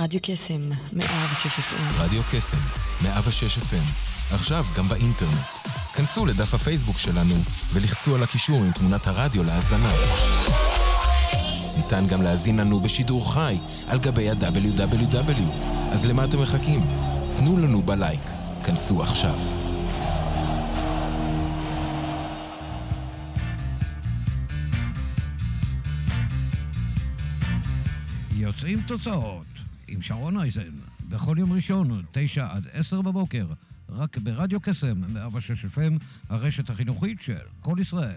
רדיו קסם, 106 FM. רדיו קסם, 106 FM. עכשיו גם באינטרנט. כנסו לדף הפייסבוק שלנו ולחצו על הקישור עם תמונת הרדיו להאזנה. ניתן גם להזין לנו בשידור חי על גבי ה-www. אז למה אתם מחכים? תנו לנו בלייק. כנסו עכשיו. יוצאים תוצאות עם שרון אייזן בכל יום ראשון 9 עד 10 בבוקר רק ברדיו קסם 106 FM, הרשת החינוכית של כל ישראל.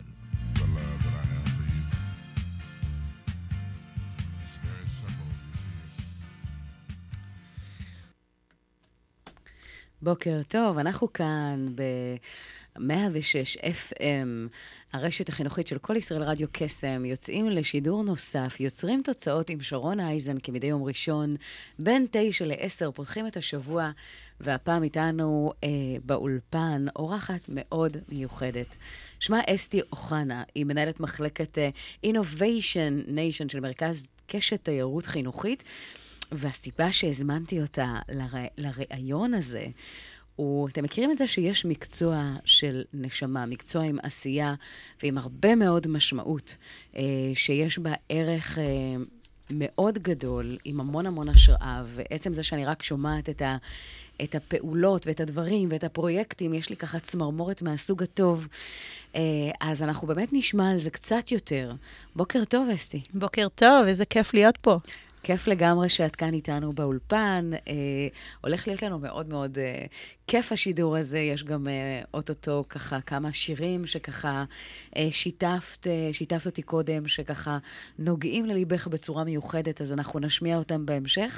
בוקר טוב, אנחנו כאן ב-106 FM, הרשת החינוכית של כל ישראל רדיו קסם, יוצאים לשידור נוסף, יוצרים תוצאות עם שרון אייזן כמדי יום ראשון, בין 9 ל-10, פותחים את השבוע, והפעם איתנו באולפן, אורחת מאוד מיוחדת. שמה אסתי אוחנה, היא מנהלת מחלקת Innovation Nation של מרכז קשת תיירות חינוכית, והסיבה שהזמנתי אותה לראיון הזה, אתם מכירים את זה שיש מקצוע של נשמה, מקצוע עם עשייה ועם הרבה מאוד משמעות, שיש בה ערך מאוד גדול, עם המון המון השראה, ועצם זה שאני רק שומעת את הפעולות ואת הדברים ואת הפרויקטים, יש לי ככה צמרמורת מהסוג הטוב, אז אנחנו באמת נשמע על זה קצת יותר. בוקר טוב, אסתי. בוקר טוב, איזה כיף להיות פה. כיף לגמרי שאת כאן איתנו באולפן, הולך להיות לנו מאוד מאוד כיף השידור הזה, יש גם אוטוטו ככה כמה שירים שככה שיתפת אותי קודם, שככה נוגעים לליבך בצורה מיוחדת, אז אנחנו נשמיע אותם בהמשך.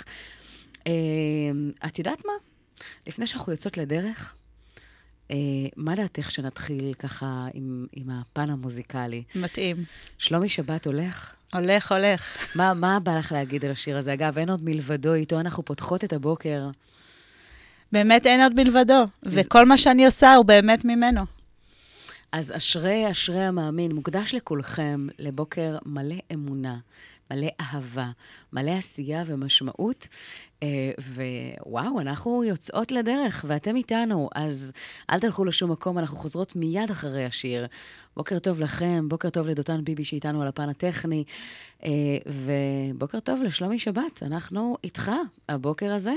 את יודעת מה? לפני שאנחנו יוצאות לדרך, מה דעתך שנתחיל ככה עם הפן המוזיקלי? מתאים. שלומי שבת הולך? הולך. מה בא לך להגיד על השיר הזה? אגב, אין עוד מלבדו, איתו אנחנו פותחות את הבוקר. באמת אין עוד מלבדו, וכל מה שאני עושה הוא באמת ממנו. אז אשרי המאמין, מוקדש לכולכם לבוקר מלא אמונה, מלא אהבה, מלא עשייה ומשמעות, ווואו, אנחנו יוצאות לדרך, ואתם איתנו, אז אל תלכו לשום מקום, אנחנו חוזרות מיד אחרי השיר. בוקר טוב לכם, בוקר טוב לדותן ביבי שאיתנו על הפן הטכני, ובוקר טוב לשלומי שבת, אנחנו איתך הבוקר הזה.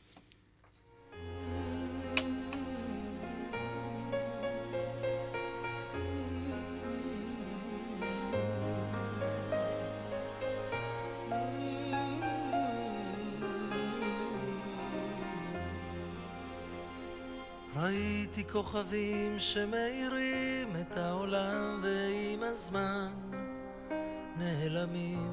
ראיתי כוכבים שמאירים את העולם ועם הזמן נעלמים.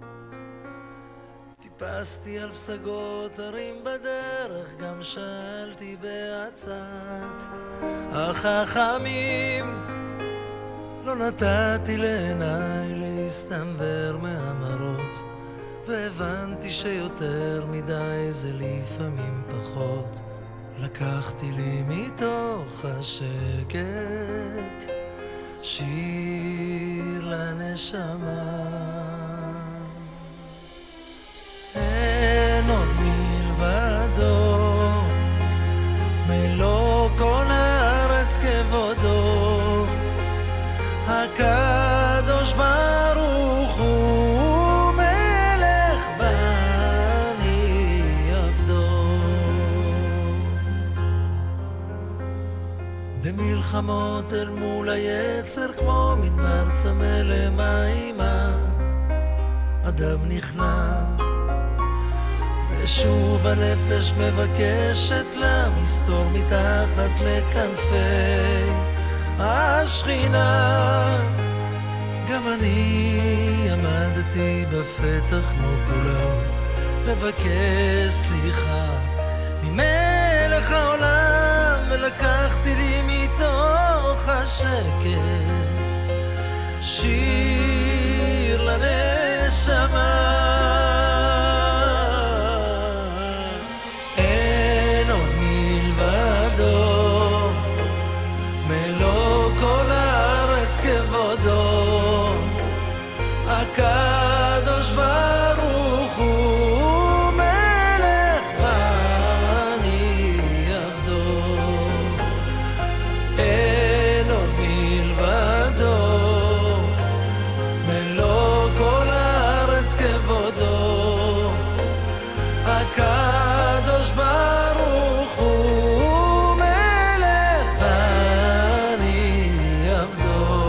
טיפסתי על פסגות הרים בדרך, גם שאלתי בעצת החכמים. לא נתתי לעיניי להסתנוור מהמראות, והבנתי שיותר מדי זה לפעמים פחות. לקחתי לי מתוך השקט שיר לנשמה. אין עוד מלבדו, מלוא כל הארץ כבודו, הקדוש ברוך הוא מלך בני עבדו. במלחמות אל מול היצר כמו מדבר צמא למימה, אדם נכנע ושוב הנפש מבקשת לה מסתור מתחת לכנפי השכינה. גם אני עמדתי בפתח כמו כולם לבקש סליחה ממלך העולם, ולקחתי לי מתוך השקט שיר לנשמה. אין עוד מלבדו, מלוא כל הארץ כבודו, הקדוש ברוך הוא מלך מלוא כל הארץ כבודו, הקדוש ברוך הוא מלך ואני עבדו.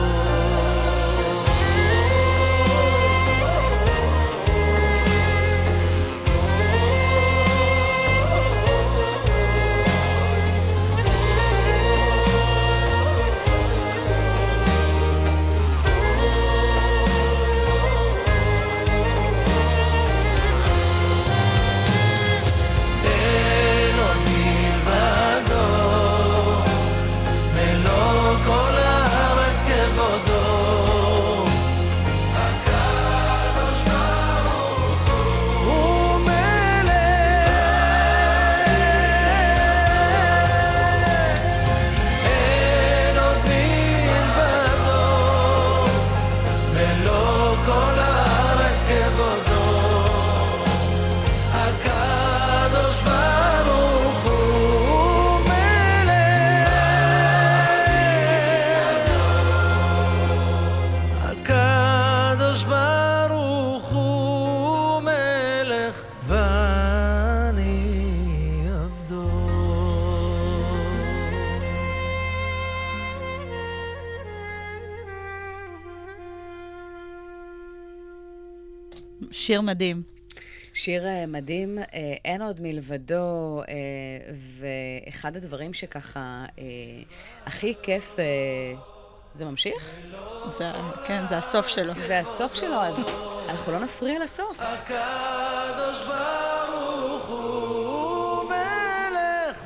שיר מדהים. שיר מדהים, אין עוד מלבדו, ואחד הדברים שככה הכי כיף, זה ממשיך? כן, זה הסוף שלו. זה הסוף שלו, אז אנחנו לא נפריע לסוף. הקדוש ברוך הוא מלך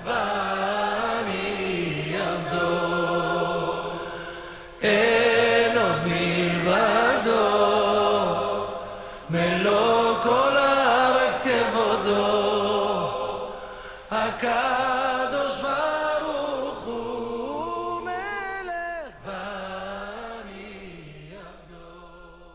ואני עבדו, אין עוד מלבדו, מלוא כל הארץ כבודו, הקדוש ברוך הוא מלך ואני עבדו.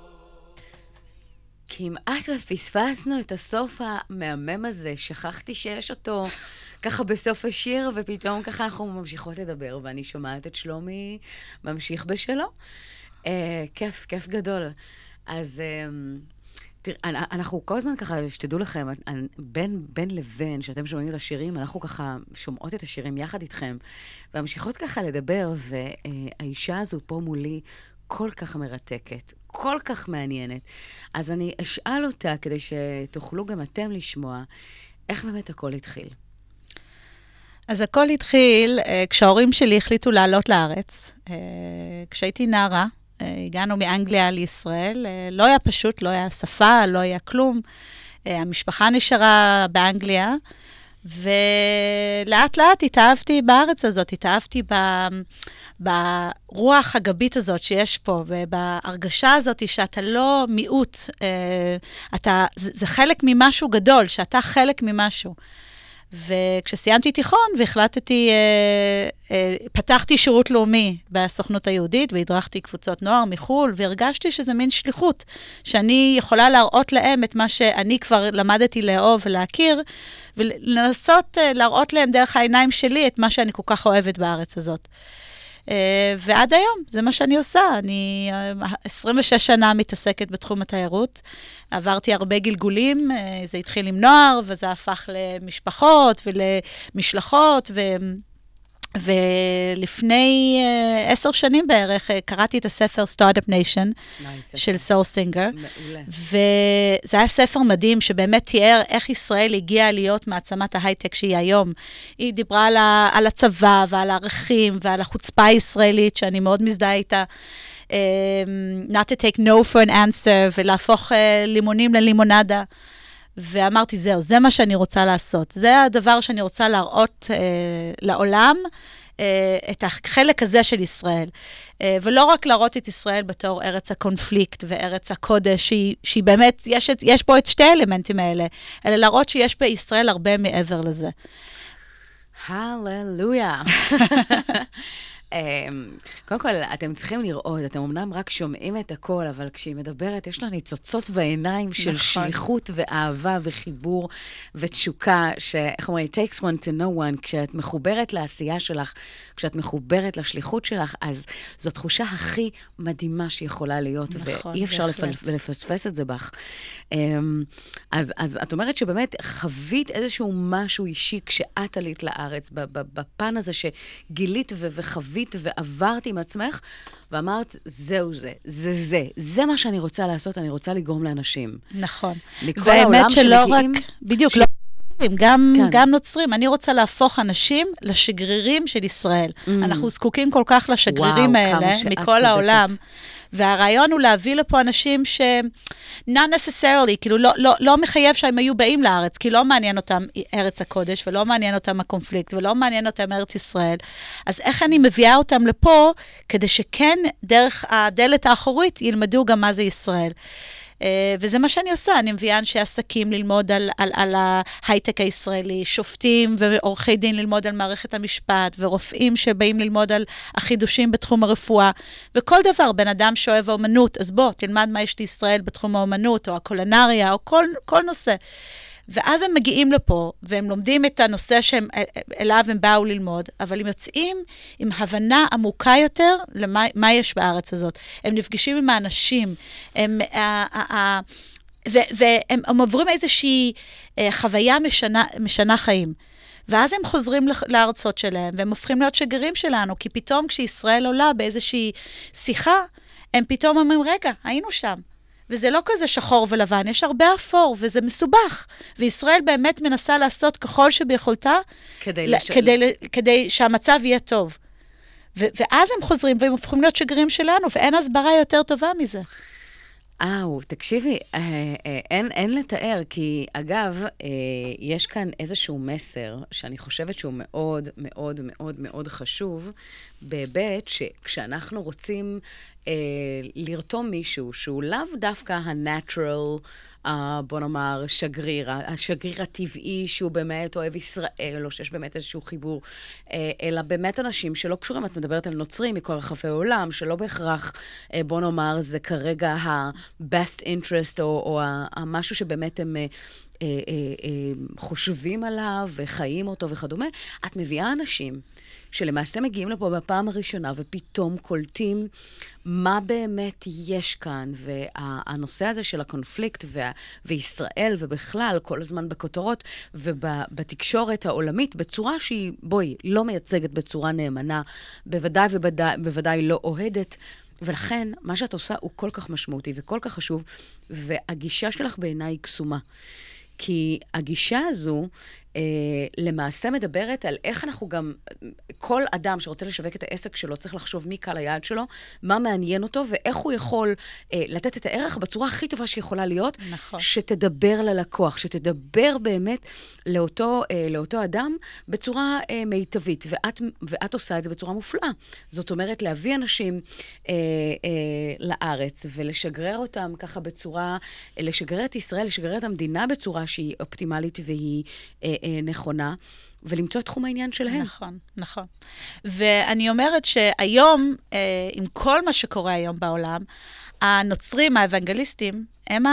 כמעט פספסנו את הסוף המהמם הזה, שכחתי שיש אותו ככה בסוף השיר, ופתאום ככה אנחנו ממשיכות לדבר, ואני שומעת את שלומי ממשיך בשלו. כיף, כיף גדול. אז תראה, אנחנו כל הזמן ככה, שתדעו לכם, בין לבין, שאתם שומעים את השירים, אנחנו ככה שומעות את השירים יחד איתכם, וממשיכות ככה לדבר, והאישה הזו פה מולי כל כך מרתקת, כל כך מעניינת. אז אני אשאל אותה, כדי שתוכלו גם אתם לשמוע, איך באמת הכל התחיל? אז הכל התחיל כשההורים שלי החליטו לעלות לארץ. כשהייתי נערה, הגענו מאנגליה לישראל, לא היה פשוט, לא היה שפה, לא היה כלום. המשפחה נשארה באנגליה, ולאט לאט התאהבתי בארץ הזאת, התאהבתי ברוח הגבית הזאת שיש פה, ובהרגשה הזאת שאתה לא מיעוט, זה חלק ממשהו גדול, שאתה חלק ממשהו. וכשסיימתי תיכון והחלטתי, פתחתי שירות לאומי בסוכנות היהודית, והדרכתי קבוצות נוער מחול, והרגשתי שזה מין שליחות, שאני יכולה להראות להם את מה שאני כבר למדתי לאהוב ולהכיר, ולנסות להראות להם דרך העיניים שלי את מה שאני כל כך אוהבת בארץ הזאת. ועד היום, זה מה שאני עושה. אני 26 שנה מתעסקת בתחום התיירות. עברתי הרבה גלגולים, זה התחיל עם נוער, וזה הפך למשפחות ולמשלחות, ולפני 10 שנים בערך קראתי את הספר Startup Nation של סול סינגר. וזה היה ספר מדהים שבאמת תיאר איך ישראל הגיעה להיות מעצמת ההייטק שהיא היום. היא דיברה על הצבא ועל הערכים ועל החוצפה הישראלית שאני מאוד מזדהה איתה. Not to take no for an answer ולהפוך לימונים ללימונדה. ואמרתי, זהו, זה מה שאני רוצה לעשות. זה הדבר שאני רוצה להראות לעולם, את החלק הזה של ישראל. ולא רק להראות את ישראל בתור ארץ הקונפליקט וארץ הקודש, שהיא באמת, יש פה את שתי האלמנטים האלה, אלא להראות שיש בישראל הרבה מעבר לזה. הללויה. קודם כל, אתם צריכים לראות, אתם אמנם רק שומעים את הכל, אבל כשהיא מדברת, יש לה ניצוצות בעיניים של שליחות ואהבה וחיבור ותשוקה, איך אומרים, it takes one to know one, כשאת מחוברת לעשייה שלך, כשאת מחוברת לשליחות שלך, אז זו תחושה הכי מדהימה שיכולה להיות, ואי אפשר לפספס את זה בך. אז את אומרת שבאמת חווית איזשהו משהו אישי כשאת עלית לארץ, בפן הזה שגילית וחווית ועברת עם עצמך, ואמרת, זהו זה מה שאני רוצה לעשות, אני רוצה לגרום לאנשים. נכון. מכל העולם שמגיעים... בדיוק, לא גם נוצרים. אני רוצה להפוך אנשים לשגרירים של ישראל. אנחנו זקוקים כל כך לשגרירים האלה מכל העולם. והרעיון הוא להביא לפה אנשים ש... not necessarily, כאילו לא מחייב שהם היו באים לארץ, כי לא מעניין אותם ארץ הקודש, ולא מעניין אותם הקונפליקט, ולא מעניין אותם ארץ ישראל. אז איך אני מביאה אותם לפה, כדי שכן דרך הדלת האחורית ילמדו גם מה זה ישראל. וזה מה שאני עושה, אני מביאה אנשי עסקים ללמוד על ההייטק הישראלי, שופטים ועורכי דין ללמוד על מערכת המשפט, ורופאים שבאים ללמוד על החידושים בתחום הרפואה, וכל דבר, בן אדם שאוהב האומנות, אז בוא, תלמד מה יש לישראל בתחום האומנות, או הקולינריה, או כל נושא. ואז הם מגיעים לפה, והם לומדים את הנושא שאליו הם באו ללמוד, אבל הם יוצאים עם הבנה עמוקה יותר למה יש בארץ הזאת. הם נפגשים עם האנשים, והם עוברים איזושהי חוויה משנה חיים. ואז הם חוזרים לארצות שלהם, והם הופכים להיות שגרירים שלנו, כי פתאום כשישראל עולה באיזושהי שיחה, הם פתאום אומרים, רגע, היינו שם. וזה לא כזה שחור ולבן, יש הרבה אפור, וזה מסובך. וישראל באמת מנסה לעשות ככל שביכולתה, כדי שהמצב יהיה טוב. ואז הם חוזרים, והם הופכים להיות שגרירים שלנו, ואין הסברה יותר טובה מזה. תקשיבי, אין לתאר, כי אגב, יש כאן איזשהו מסר, שאני חושבת שהוא מאוד מאוד מאוד מאוד חשוב, בהיבט שכשאנחנו רוצים לרתום מישהו, שהוא לאו דווקא ה-natural, בוא נאמר, השגריר הטבעי, שהוא באמת אוהב ישראל, או שיש באמת איזשהו חיבור, אלא באמת אנשים שלא קשורים, את מדברת על נוצרים מכל רחבי העולם, שלא בהכרח, בוא נאמר, זה כרגע ה-best interest, או המשהו שבאמת הם... חושבים עליו וחיים אותו וכדומה, את מביאה אנשים שלמעשה מגיעים לפה בפעם הראשונה ופתאום קולטים מה באמת יש כאן, והנושא הזה של הקונפליקט וישראל ובכלל כל הזמן בכותרות ובתקשורת העולמית בצורה שהיא, לא מייצגת בצורה נאמנה, בוודאי לא אוהדת, ולכן מה שאת עושה הוא כל כך משמעותי וכל כך חשוב, והגישה שלך בעיניי היא קסומה. כי הגישה הזו למעשה מדברת על איך אנחנו גם, כל אדם שרוצה לשווק את העסק שלו, צריך לחשוב מי קהל היעד שלו, מה מעניין אותו, ואיך הוא יכול לתת את הערך בצורה הכי טובה שיכולה להיות, נכון. שתדבר ללקוח, שתדבר באמת לאותו אדם בצורה מיטבית, ואת עושה את זה בצורה מופלאה. זאת אומרת, להביא אנשים לארץ, ולשגרר אותם ככה בצורה, לשגרר את ישראל, לשגרר את המדינה בצורה שהיא אופטימלית והיא נכונה, ולמצוא את תחום העניין שלהם. נכון, נכון. ואני אומרת שהיום, עם כל מה שקורה היום בעולם, הנוצרים, האוונגליסטים,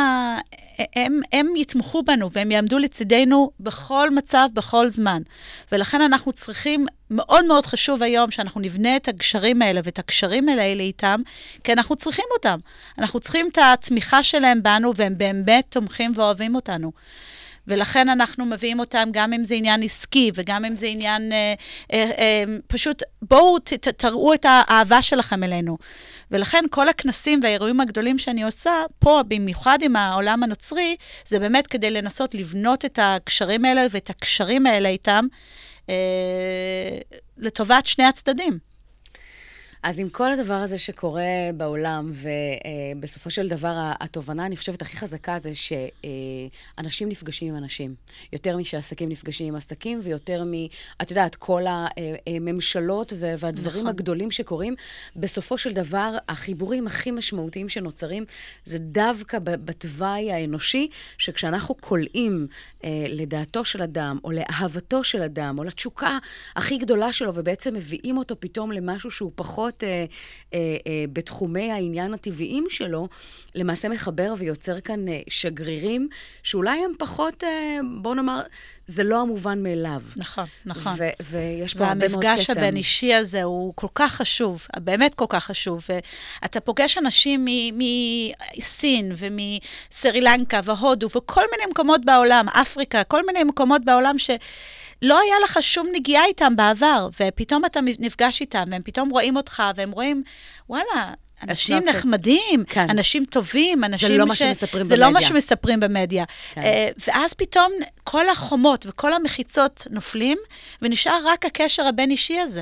הם יתמכו בנו, והם יעמדו לצידנו בכל מצב, בכל זמן. ולכן אנחנו צריכים, מאוד מאוד חשוב היום, שאנחנו נבנה את הגשרים האלה, ואת הגשרים האלה איתם, כי אנחנו צריכים אותם. אנחנו צריכים את התמיכה שלהם בנו, והם באמת תומכים ואוהבים אותנו. ולכן אנחנו מביאים אותם, גם אם זה עניין עסקי, וגם אם זה עניין, פשוט בואו תראו את האהבה שלכם אלינו. ולכן כל הכנסים והאירועים הגדולים שאני עושה, פה במיוחד עם העולם הנוצרי, זה באמת כדי לנסות לבנות את הקשרים האלה, ואת הקשרים האלה איתם, לטובת שני הצדדים. אז עם כל הדבר הזה שקורה בעולם, ובסופו של דבר התובנה, אני חושבת, הכי חזקה זה שאנשים נפגשים עם אנשים. יותר משעסקים נפגשים עם עסקים, ויותר את יודעת, כל הממשלות והדברים הגדולים שקורים, בסופו של דבר, החיבורים הכי משמעותיים שנוצרים, זה דווקא בתוואי האנושי, שכשאנחנו קולעים לדעתו של אדם, או לאהבתו של אדם, או לתשוקה הכי גדולה שלו, ובעצם מביאים אותו פתאום למשהו שהוא פחות בתחומי העניין הטבעיים שלו, למעשה מחבר ויוצר כאן שגרירים, שאולי הם פחות, בוא נאמר, זה לא המובן מאליו. נכון, נכון. ויש פה הרבה מאוד קסם. והמפגש הבין-אישי הזה הוא כל כך חשוב, באמת כל כך חשוב. ואתה פוגש אנשים מסין ומסרילנקה והודו וכל מיני מקומות בעולם, אפריקה, כל מיני מקומות בעולם שלא היה לך שום נגיעה איתם בעבר, ופתאום אתה נפגש איתם, והם פתאום רואים אותך, והם רואים, וואלה, אנשים נחמדים, כן. אנשים טובים, אנשים זה לא מה שמספרים במדיה. זה לא מה שמספרים במדיה. כן. ואז פתאום כל החומות וכל המחיצות נופלים, ונשאר רק הקשר הבין-אישי הזה,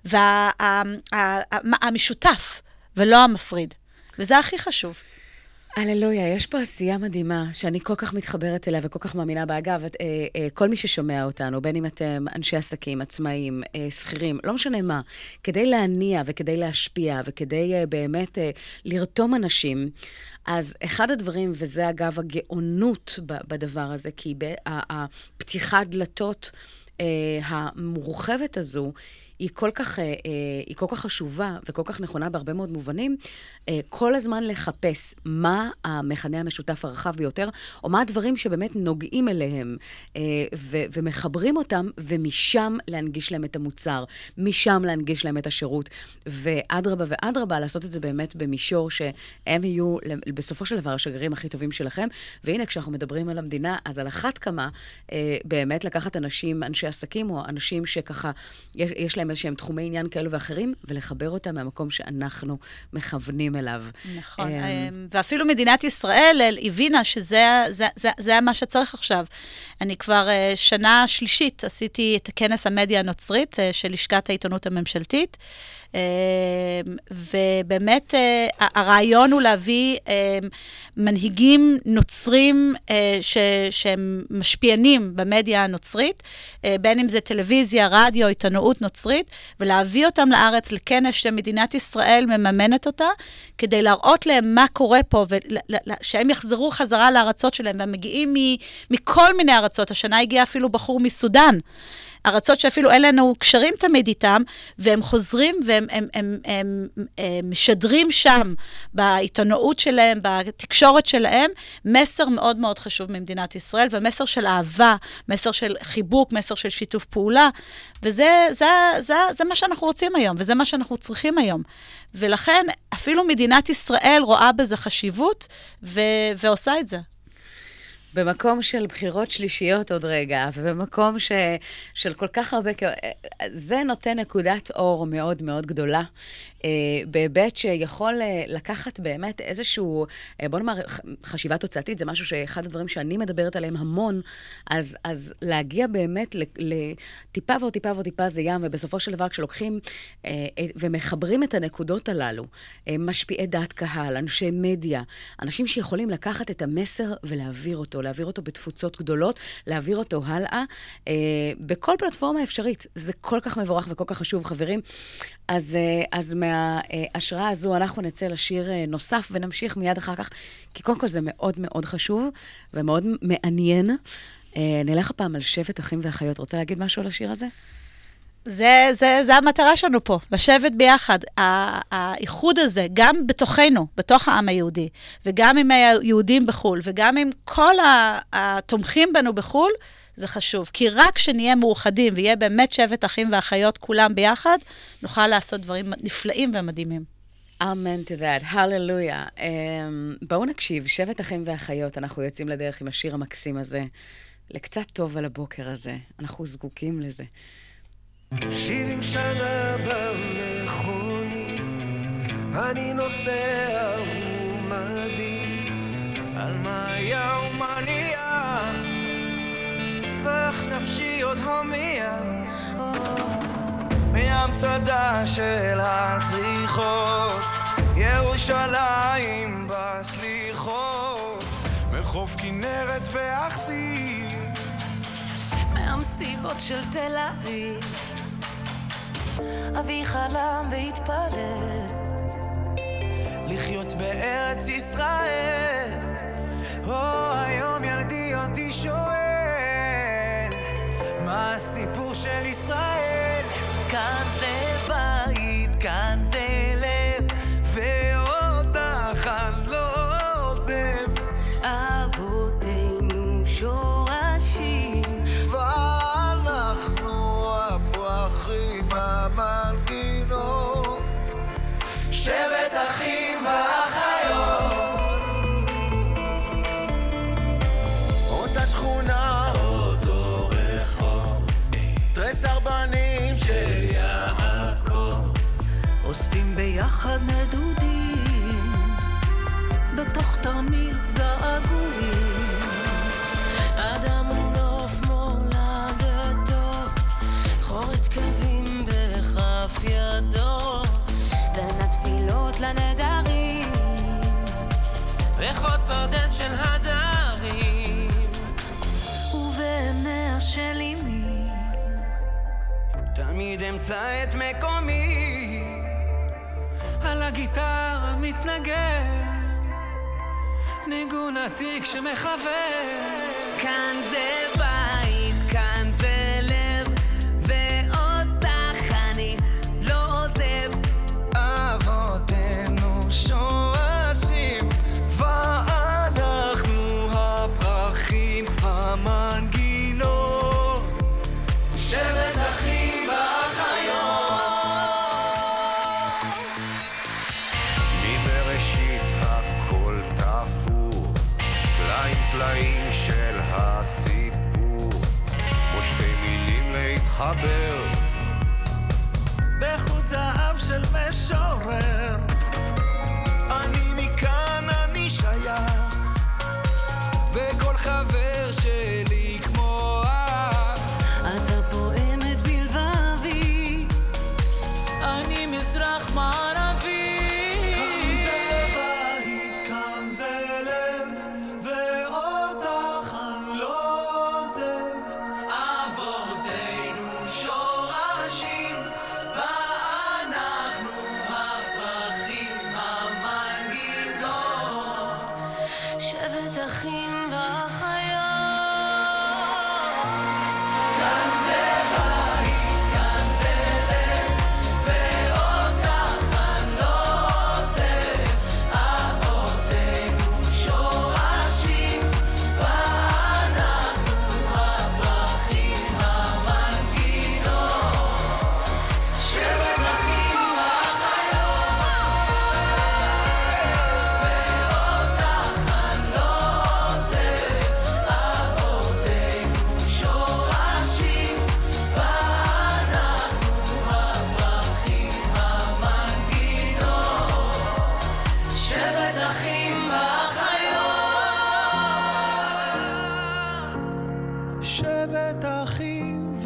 והמשותף, ולא המפריד. וזה הכי חשוב. הללויה, יש פה עשייה מדהימה, שאני כל כך מתחברת אליה וכל כך מאמינה בה. אגב, כל מי ששומע אותנו, בין אם אתם אנשי עסקים, עצמאים, שכירים, לא משנה מה, כדי להניע וכדי להשפיע וכדי באמת לרתום אנשים, אז אחד הדברים, וזה אגב הגאונות בדבר הזה, כי הפתיחת דלתות המורחבת הזו, היא כל כך חשובה וכל כך נכונה בהרבה מאוד מובנים, כל הזמן לחפש מה המכנה המשותף הרחב ביותר, או מה הדברים שבאמת נוגעים אליהם, ומחברים אותם, ומשם להנגיש להם את המוצר, משם להנגיש להם את השירות, ואדרבה ואדרבה, לעשות את זה באמת במישור שהם יהיו בסופו של דבר השגרירים הכי טובים שלכם, והנה כשאנחנו מדברים על המדינה, אז על אחת כמה, באמת לקחת אנשים, אנשי עסקים, או אנשים שככה, יש להם איזשהם תחומי עניין כאלו ואחרים, ולחבר אותם מהמקום שאנחנו מכוונים אליו. נכון. ואפילו מדינת ישראל הבינה שזה מה שצריך עכשיו. אני כבר שנה שלישית עשיתי את כנס המדיה הנוצרית של לשכת העיתונות הממשלתית, ובאמת הרעיון הוא להביא מנהיגים נוצרים שהם משפיענים במדיה הנוצרית, בין אם זה טלוויזיה, רדיו, עיתונאות נוצרית, ולהביא אותם לארץ לכנס שמדינת ישראל מממנת אותה, כדי להראות להם מה קורה פה, ושהם יחזרו חזרה לארצות שלהם, והם מגיעים מכל מיני ארצות. השנה הגיע אפילו בחור מסודן, ארצות שאפילו אין לנו קשרים תמיד איתם, והם חוזרים והם משדרים שם, בעיתונאות שלהם, בתקשורת שלהם, מסר מאוד מאוד חשוב ממדינת ישראל, ומסר של אהבה, מסר של חיבוק, מסר של שיתוף פעולה, וזה מה שאנחנו רוצים היום, וזה מה שאנחנו צריכים היום. ולכן אפילו מדינת ישראל רואה בזה חשיבות, ועושה את זה. במקום של בחירות שלישיות עוד רגע, ובמקום של כל כך הרבה, זה נותן נקודת אור מאוד מאוד גדולה, בהיבט שיכול לקחת באמת איזשהו, בוא נאמר, חשיבה תוצאתית, זה משהו שאחד הדברים שאני מדברת עליהם המון, אז להגיע באמת לטיפה ועוד טיפה ועוד טיפה זה ים, ובסופו של דבר כשלוקחים ומחברים את הנקודות הללו, משפיעי דעת קהל, אנשי מדיה, אנשים שיכולים לקחת את המסר ולהעביר אותו בתפוצות גדולות, להעביר אותו הלאה, בכל פלטפורמה אפשרית. זה כל כך מבורך וכל כך חשוב, חברים. אז מההשראה הזו אנחנו נצא לשיר נוסף ונמשיך מיד אחר כך, כי קודם כל זה מאוד מאוד חשוב ומאוד מעניין. נלך הפעם על שבט אחים ואחיות. רוצה להגיד משהו על השיר הזה? זה המטרה שלנו פה, לשבת ביחד. האיחוד הזה, גם בתוכנו, בתוך העם היהודי, וגם עם היהודים בחול, וגם עם כל התומכים בנו בחול, זה חשוב. כי רק שנהיה מאוחדים, ויהיה באמת שבט אחים ואחיות כולם ביחד, נוכל לעשות דברים נפלאים ומדהימים. אמן to that, הללויה. בואו נקשיב, שבט אחים ואחיות, אנחנו יוצאים לדרך עם השיר המקסים הזה, לקצת טוב על הבוקר הזה, אנחנו זקוקים לזה. 70 שנה במכונית, אני נוסע ומביט על מה היה ומה נהיה, ואיך נפשי עוד הומייה. מהמצדה של הזריחות, ירושלים בסליחות, מחוף כנרת ואכסיר, מהמסיבות של תל אביב, אבי חלם והתפלל לחיות בארץ ישראל. היום ילדי אותי שואל, מה הסיפור של ישראל? כאן זה בית, כאן זה לב, ואותך אני לא עוזב. אבותינו שורשים, ואנחנו הפרחים המנגינות, שבט אחים ואחיות, אותה שכונה, אותו רחוב, תרי סרבנים של יעקב, אוספים ביחד נדודים בתוך תרמיל געגועים. אדם ונוף מולדתו, חורת קווים בכף ידו, בין התפילות לנדרים, ריחות פרדס של הדרים, ובעיניה של אמי תמיד אמצא את מקומי, על הגיטרה מתנגן, ניגון עתיק שמחבר. כאן זה בית, כאן זה לב, ואותך אני לא עוזב. אבותינו שורשים, ואנחנו הפרחים המנגינות, שבט אחים ואחיות. מבראשית הכל תפור, טלאים טלאים של הסיפור, כמו שתי מילים להתחבר, בחוט זהב של משורר. אני מכאן, אני שייך, וכל חבר שלי כמו אח. אתה פועמת בלבבי, אני מזרח מערבי. כאן זה בית, כאן זה לב, ואותך אני לא עוזב. אבותינו שורשים, ואנחנו הפרחים המנגינות, שבט אחים ואחיות. כאן זה בית, כאן זה לב, ואותך אני לא עוזב. אבותינו שורשים, ואנחנו הפרחים המנגינות, שבט אחים ואחיות, ואותך אני לא עוזב. אבותינו שורשים, ואנחנו הפרחים המנגינות, שבט אחים ואחיות, שבט אחים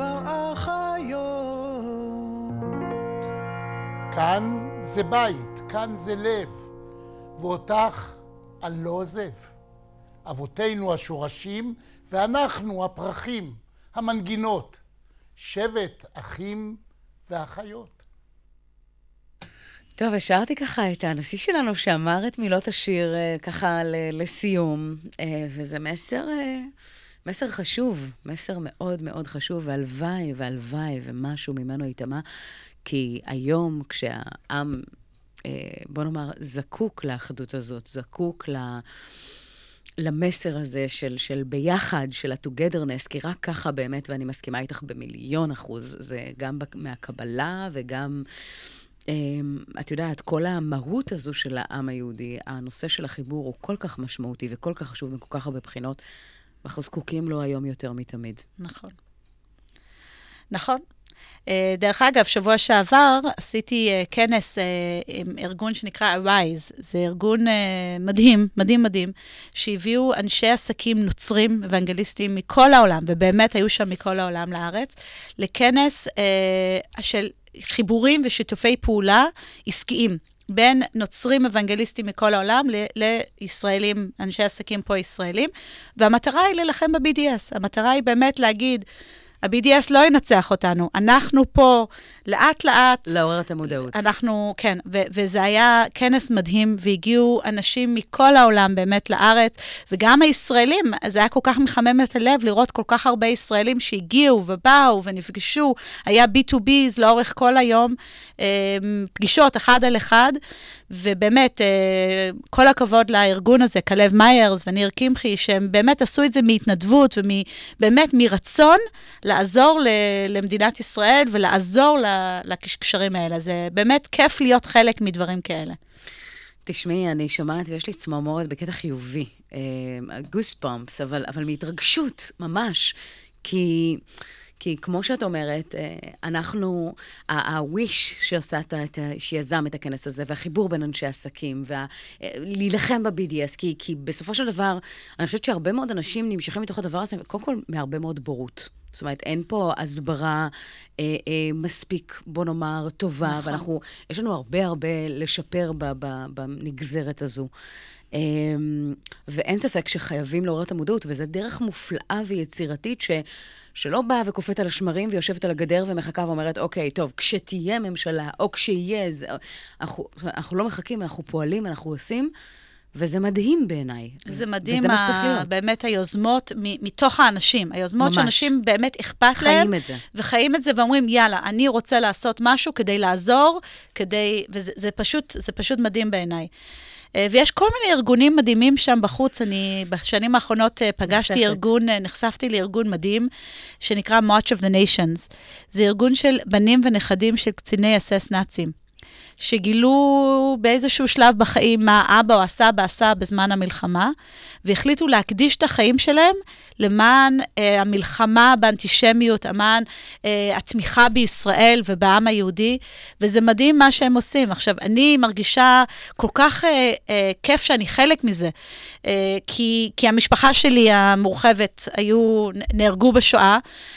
ואחיות. כאן זה בית, כאן זה לב, ואותך אני לא עוזב. אבותינו השורשים, ואנחנו הפרחים, המנגינות, שבט אחים ואחיות. טוב, השארתי ככה את הנשיא שלנו שאמר את מילות השיר ככה לסיום, וזה מסר חשוב, מסר מאוד מאוד חשוב, והלוואי והלוואי ומשהו ממנו יתאמה, כי היום כשהעם, בוא נאמר, זקוק לאחדות הזאת, זקוק למסר הזה של ביחד, של ה-togetherness, כי רק ככה באמת, ואני מסכימה איתך ב1,000,000%, זה גם מהקבלה וגם, את יודעת, כל המהות הזו של העם היהודי, הנושא של החיבור הוא כל כך משמעותי וכל כך חשוב מכל כך הרבה בחינות, ואנחנו זקוקים לו היום יותר מתמיד. נכון. נכון. דרך אגב, שבוע שעבר עשיתי כנס עם ארגון שנקרא Arise. זה ארגון מדהים, מדהים, מדהים, שהביאו אנשי עסקים נוצרים אוונגליסטים מכל העולם, ובאמת היו שם מכל העולם לארץ, לכנס של חיבורים ושיתופי פעולה עסקיים. בין נוצרים אוונגליסטים מכל העולם לישראלים, אנשי עסקים פה ישראלים, והמטרה היא ללחם ב-BDS. המטרה היא באמת להגיד, ה-BDS לא ינצח אותנו, אנחנו פה לאט לאט. לעורר את המודעות. אנחנו, כן, וזה היה כנס מדהים, והגיעו אנשים מכל העולם באמת לארץ, וגם הישראלים, זה היה כל כך מחמם את הלב לראות כל כך הרבה ישראלים שהגיעו ובאו ונפגשו, היה B2B's לאורך כל היום, פגישות אחד על אחד, ובאמת, כל הכבוד לארגון הזה, כלב מיירס וניר קמחי, שהם באמת עשו את זה מהתנדבות, ובאמת מרצון לעזור למדינת ישראל, ולעזור לקשרים האלה. זה באמת כיף להיות חלק מדברים כאלה. תשמעי, אני שומעת ויש לי צמרמורת בקטע חיובי, גוספומפס, אבל מהתרגשות, ממש, כי כמו שאת אומרת, אנחנו, הוויש שיזם את הכנס הזה, והחיבור בין אנשי עסקים, ולהילחם ב-BDS, כי בסופו של דבר, אני חושבת שהרבה מאוד אנשים נמשכים מתוך הדבר הזה, קודם כל, מהרבה מאוד בורות. זאת אומרת, אין פה הסברה מספיק, בוא נאמר, טובה, יש לנו הרבה לשפר בנגזרת הזו. ואין ספק שחייבים לעורר את המודעות, וזו דרך מופלאה ויצירתית שלא באה וקופאת על השמרים ויושבת על הגדר ומחכה ואומרת, אוקיי, טוב, כשתהיה ממשלה, או כשיהיה, אנחנו לא מחכים, אנחנו פועלים, אנחנו עושים, וזה מדהים בעיניי. זה מדהים, באמת היוזמות מתוך האנשים, היוזמות שאנשים באמת אכפת להם, וחיים את זה ואומרים, יאללה, אני רוצה לעשות משהו כדי לעזור, וזה פשוט מדהים בעיניי. ויש כל מיני ארגונים מדהימים שם בחוץ. אני בשנים האחרונות נחשפתי לארגון מדהים, שנקרא March of the Nations. זה ארגון של בנים ונכדים של קציני אס-אס נאצים, שגילו באיזשהו שלב בחיים מה האבא או הסבא עשה בזמן המלחמה, והחליטו להקדיש את החיים שלהם למען המלחמה באנטישמיות, למען התמיכה בישראל ובעם היהודי, וזה מדהים מה שהם עושים. עכשיו, אני מרגישה כל כך כיף שאני חלק מזה, כי המשפחה שלי המורחבת נהרגו בשואה,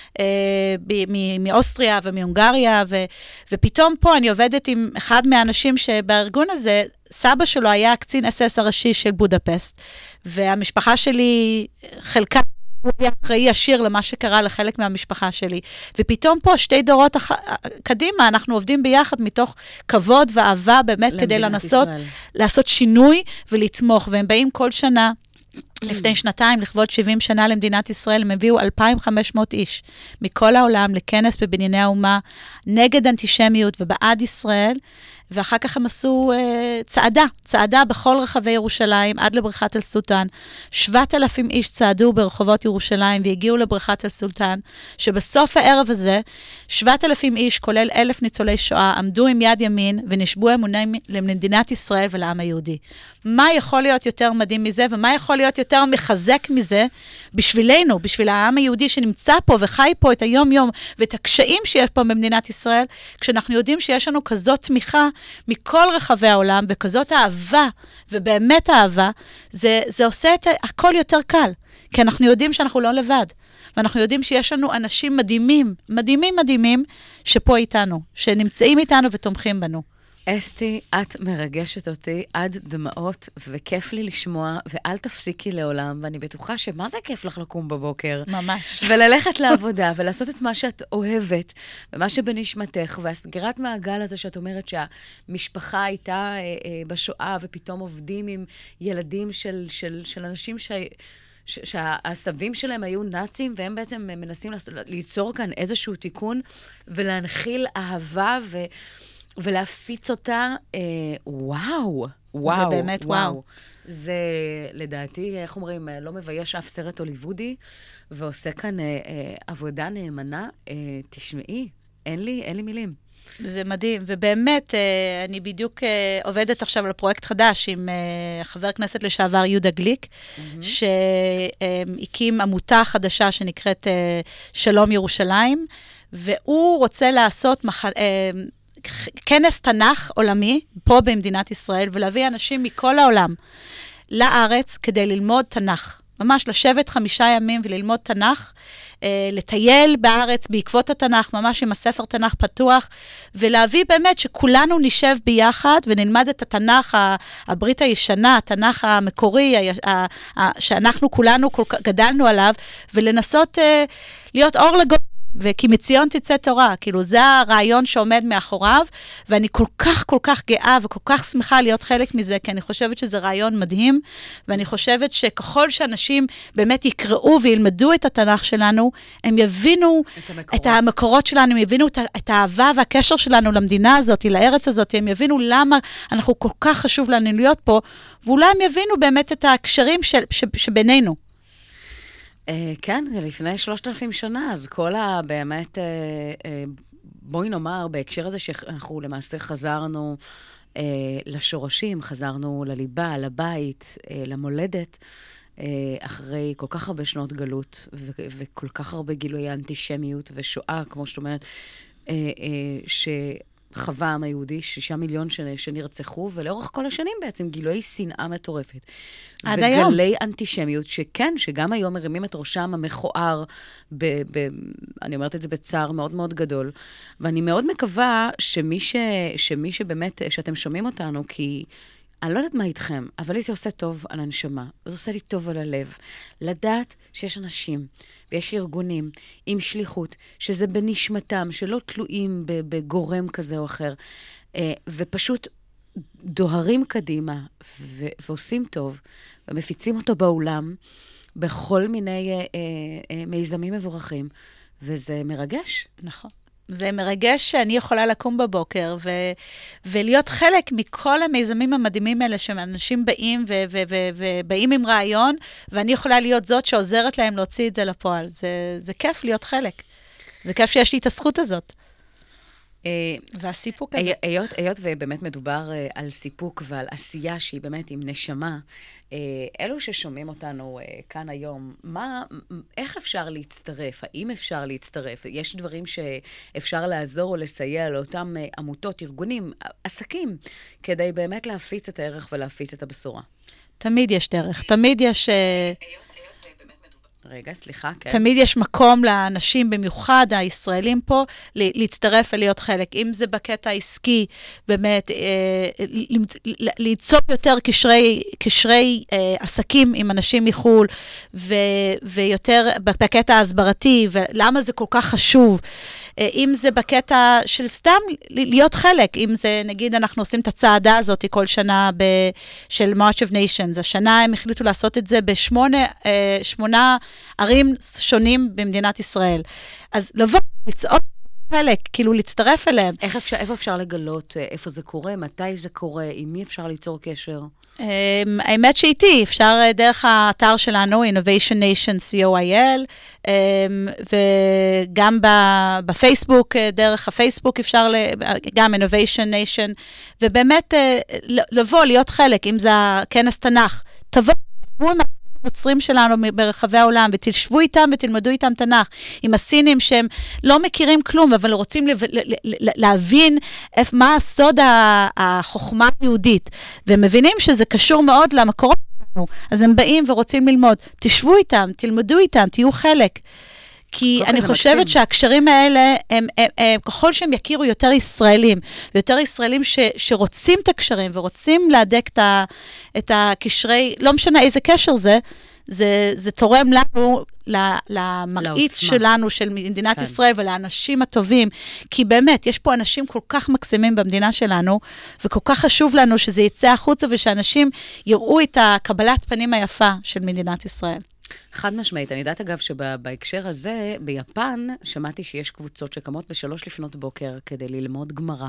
מאוסטריה ומהונגריה, ופתאום פה אני עובדת עם אחד מהאנשים שבארגון הזה, סבא שלו היה קצין אס-אס הראשי של בודפסט, והמשפחה שלי חלקה, הוא היה אחראי ישיר למה שקרה לחלק מהמשפחה שלי. ופתאום פה, 2 דורות קדימה, אנחנו עובדים ביחד מתוך כבוד ואהבה, באמת כדי לנסות לעשות שינוי ולתמוך. והם באים כל שנה, לפני שנתיים, לכבוד 70 שנה למדינת ישראל, הם הביאו 2,500 איש מכל העולם לכנס בבנייני האומה, נגד אנטישמיות ובעד ישראל, ואחר כך הם עשו צעדה בכל רחבי ירושלים, עד לבריכת אל-סולטן. 7,000 איש צעדו ברחובות ירושלים, והגיעו לבריכת אל-סולטן, שבסוף הערב הזה, 7,000 איש, כולל 1,000 ניצולי שואה, עמדו עם יד ימין, ונשבו אמונים למדינת ישראל ולעם היהודי. מה יכול להיות יותר מדהים מזה, ומה יכול להיות יותר מחזק מזה, בשבילנו, בשביל העם היהודי שנמצא פה, וחי פה את היום-יום, ואת הקשיים שיש פה במדינת ישראל, כשאנחנו יודעים שיש לנו כזאת תמיכה, מכל רחבי העולם, וכזאת אהבה, ובאמת אהבה, זה עושה את הכל יותר קל, כי אנחנו יודעים שאנחנו לא לבד, ואנחנו יודעים שיש לנו אנשים מדהימים, מדהימים, מדהימים, שפה איתנו, שנמצאים איתנו ותומכים בנו. אסתי, את מרגשת אותי עד דמעות, וכיף לי לשמוע, ואל תפסיקי לעולם, ואני בטוחה שמה זה כיף לך לקום בבוקר? ממש. וללכת לעבודה, ולעשות את מה שאת אוהבת, ומה שבנשמתך, והסגירת מעגל הזה שאת אומרת שהמשפחה הייתה בשואה, ופתאום עובדים עם ילדים של אנשים שהסבים שלהם היו נאצים, והם בעצם מנסים ליצור כאן איזשהו תיקון, ולהנחיל אהבה ולהפיץ אותה, וואו. זה באמת וואו. זה לדעתי, איך אומרים, לא מבייש אף סרט הוליוודי, ועושה כאן עבודה נאמנה. תשמעי, אין לי מילים. זה מדהים, ובאמת, אני בדיוק עובדת עכשיו על פרויקט חדש עם חבר כנסת לשעבר יהודה גליק, שהקים עמותה חדשה שנקראת שלום ירושלים, והוא רוצה לעשות כנס תנ"ך עולמי, פה במדינת ישראל, ולהביא אנשים מכל העולם לארץ כדי ללמוד תנ"ך. ממש לשבת 5 ימים וללמוד תנ"ך, לטייל בארץ בעקבות התנ"ך, ממש עם הספר תנ"ך פתוח, ולהביא באמת שכולנו נשב ביחד ונלמד את התנ"ך, הברית הישנה, התנ"ך המקורי, שאנחנו כולנו גדלנו עליו, ולנסות להיות אור לגויים. וכי מציון תצא תורה, כאילו זה הרעיון שעומד מאחוריו, ואני כל כך גאה וכל כך שמחה להיות חלק מזה, כי אני חושבת שזה רעיון מדהים, ואני חושבת שככל שאנשים באמת יקראו וילמדו את התנ"ך שלנו, הם יבינו את המקורות שלנו, הם יבינו את האהבה והקשר שלנו למדינה הזאת, לארץ הזאת, הם יבינו למה אנחנו כל כך חשוב לנו להיות פה, ואולי הם יבינו באמת את הקשרים שבינינו. כן, לפני 3,000 שנה, אז כל באמת, בואי נאמר, בהקשר הזה שאנחנו למעשה חזרנו לשורשים, חזרנו לליבה, לבית, למולדת, אחרי כל כך הרבה שנות גלות, וכל כך הרבה גילויי אנטישמיות ושואה, כמו שאת אומרת, חווה העם היהודי, 6 מיליון שנרצחו, ולאורך כל השנים בעצם גילויי שנאה מטורפת. עד היום. וגלי אנטישמיות, שכן, שגם היום מרימים את ראשם המכוער, אני אומרת את זה בצער מאוד מאוד גדול, ואני מאוד מקווה שמי שבאמת, שאתם שומעים אותנו, כי אני לא יודעת מה איתכם, אבל זה עושה טוב על הנשמה, זה עושה לי טוב על הלב. לדעת שיש אנשים ויש ארגונים עם שליחות, שזה בנשמתם, שלא תלויים בגורם כזה או אחר, ופשוט דוהרים קדימה ועושים טוב, ומפיצים אותו בעולם, בכל מיני מיזמים מבורכים, וזה מרגש. נכון. זה מרגש שאני יכולה לקום בבוקר ולהיות חלק מכל המיזמים המדהימים האלה שאנשים באים ובאים עם רעיון, ואני יכולה להיות זאת שעוזרת להם להוציא את זה לפועל. זה כיף להיות חלק. זה כיף שיש לי את הזכות הזאת. והסיפוק הזה. היות ובאמת מדובר על סיפוק ועל עשייה שהיא באמת עם נשמה, אלו ששומעים אותנו כאן היום, איך אפשר להצטרף? האם אפשר להצטרף? יש דברים שאפשר לעזור או לסייע לאותם עמותות, ארגונים, עסקים, כדי באמת להפיץ את הערך ולהפיץ את הבשורה? תמיד יש דרך, תמיד יש... רגע, סליחה, כן. תמיד יש מקום לאנשים, במיוחד הישראלים פה, להצטרף ולהיות חלק. אם זה בקטע העסקי, באמת, ליצור יותר קשרי עסקים עם אנשים מחול, ויותר בקטע ההסברתי, ולמה זה כל כך חשוב. אם זה בקטע של סתם להיות חלק, אם זה, נגיד, אנחנו עושים את הצעדה הזאת כל שנה של March of Nations. השנה הם החליטו לעשות את זה בשמונה ערים שונים במדינת ישראל. אז לבוא, לצעוד חלק, כאילו להצטרף אליהם. איפה אפשר לגלות איפה זה קורה, מתי זה קורה, עם מי אפשר ליצור קשר? האמת שאיתי, אפשר דרך האתר שלנו, Innovation Nation co.il, וגם בפייסבוק, דרך הפייסבוק אפשר, גם Innovation Nation, ובאמת לבוא, להיות חלק, אם זה הכנס תנ"ך, תבואו עם הנוצרים שלנו ברחבי העולם, ותשבו איתם ותלמדו איתם תנ"ך, עם הסינים שהם לא מכירים כלום, אבל רוצים להבין מה הסוד החוכמה היהודית, והם מבינים שזה קשור מאוד למקורות שלנו, אז הם באים ורוצים ללמוד, תשבו איתם, תלמדו איתם, תהיו חלק. כי אני חושבת שהקשרים האלה, ככל שהם יכירו יותר ישראלים, ויותר ישראלים שרוצים את הקשרים, ורוצים להדק את הקשרי, לא משנה איזה קשר זה תורם לנו, למראיץ שלנו, של מדינת ישראל, ולאנשים הטובים, כי באמת, יש פה אנשים כל כך מקסימים במדינה שלנו, וכל כך חשוב לנו שזה יצא החוצה, ושאנשים יראו את הקבלת פנים היפה של מדינת ישראל. חד משמעית. אני יודעת אגב שבהקשר הזה, ביפן, שמעתי שיש קבוצות שקמות ב3 לפנות בוקר כדי ללמוד גמרא.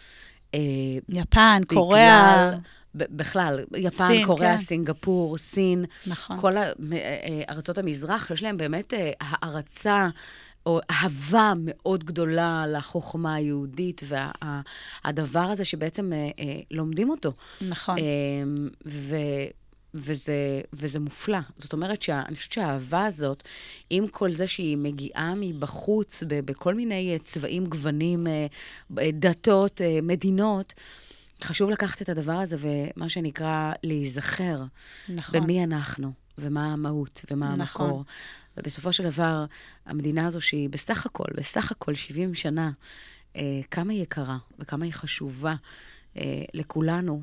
יפן, קוריאה. בכלל, יפן, סין, קוריאה, כן. סינגפור, סין. נכון. כל ארצות המזרח, יש להם באמת הערצה או אהבה מאוד גדולה לחוכמה היהודית, והדבר הזה שבעצם לומדים אותו. נכון. וזה מופלא. זאת אומרת אני חושבת שהאהבה הזאת, עם כל זה שהיא מגיעה מבחוץ, בכל מיני צבעים, גוונים, דתות, מדינות, חשוב לקחת את הדבר הזה, ומה שנקרא להיזכר, נכון. במי אנחנו, ומה המהות, ומה נכון. המקור. ובסופו של דבר, המדינה הזו שהיא בסך הכל 70 שנה, כמה היא יקרה, וכמה היא חשובה לכולנו,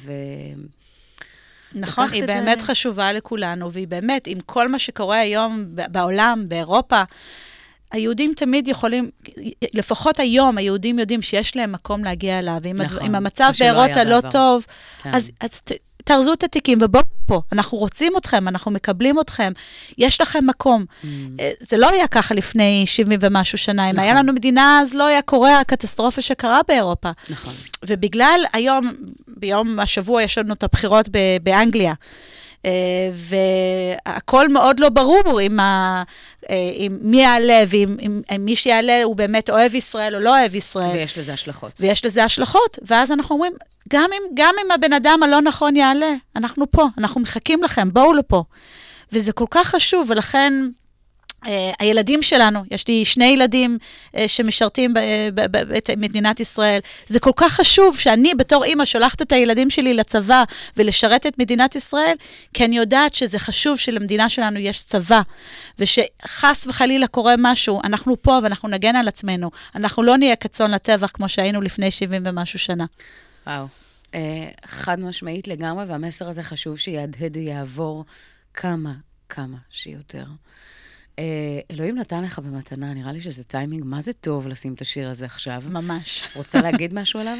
נכון, היא באמת חשובה לכולנו, והיא באמת, עם כל מה שקורה היום בעולם, באירופה, היהודים תמיד יכולים, לפחות היום, היהודים יודעים שיש להם מקום להגיע אליו, ואם המצב באירופה לא טוב, אז תארזו את התיקים ובואו פה, אנחנו רוצים אתכם, אנחנו מקבלים אתכם, יש לכם מקום. זה לא היה ככה לפני 70 ומשהו שנה, אם היה לנו מדינה, אז לא היה קורה הקטסטרופה שקרה באירופה. נכון. ובגלל היום, ביום השבוע יש לנו את הבחירות באנגליה, והכל מאוד לא ברור עם מי יעלה, ואם מי שיעלה הוא באמת אוהב ישראל או לא אוהב ישראל. ויש לזה השלכות. ואז אנחנו אומרים, גם אם הבן אדם הלא נכון יעלה, אנחנו פה, אנחנו מחכים לכם, בואו לפה. וזה כל כך חשוב, ולכן הילדים שלנו, יש לי 2 ילדים שמשרתים במדינת ישראל, זה כל כך חשוב שאני בתור אמא שולחת את הילדים שלי לצבא ולשרת את מדינת ישראל, כי אני יודעת שזה חשוב שלמדינה שלנו יש צבא, ושחס וחלילה קורה משהו, אנחנו פה ואנחנו נגן על עצמנו, אנחנו לא נהיה כצאן לטבח כמו שהיינו לפני 70 ומשהו שנה. וואו, חד משמעית לגמרי, והמסר הזה חשוב שיהדהד יעבור כמה שיותר. אלוהים נתן לך במתנה, נראה לי שזה טיימינג, מה זה טוב לשים את השיר הזה עכשיו? ממש. רוצה להגיד משהו עליו?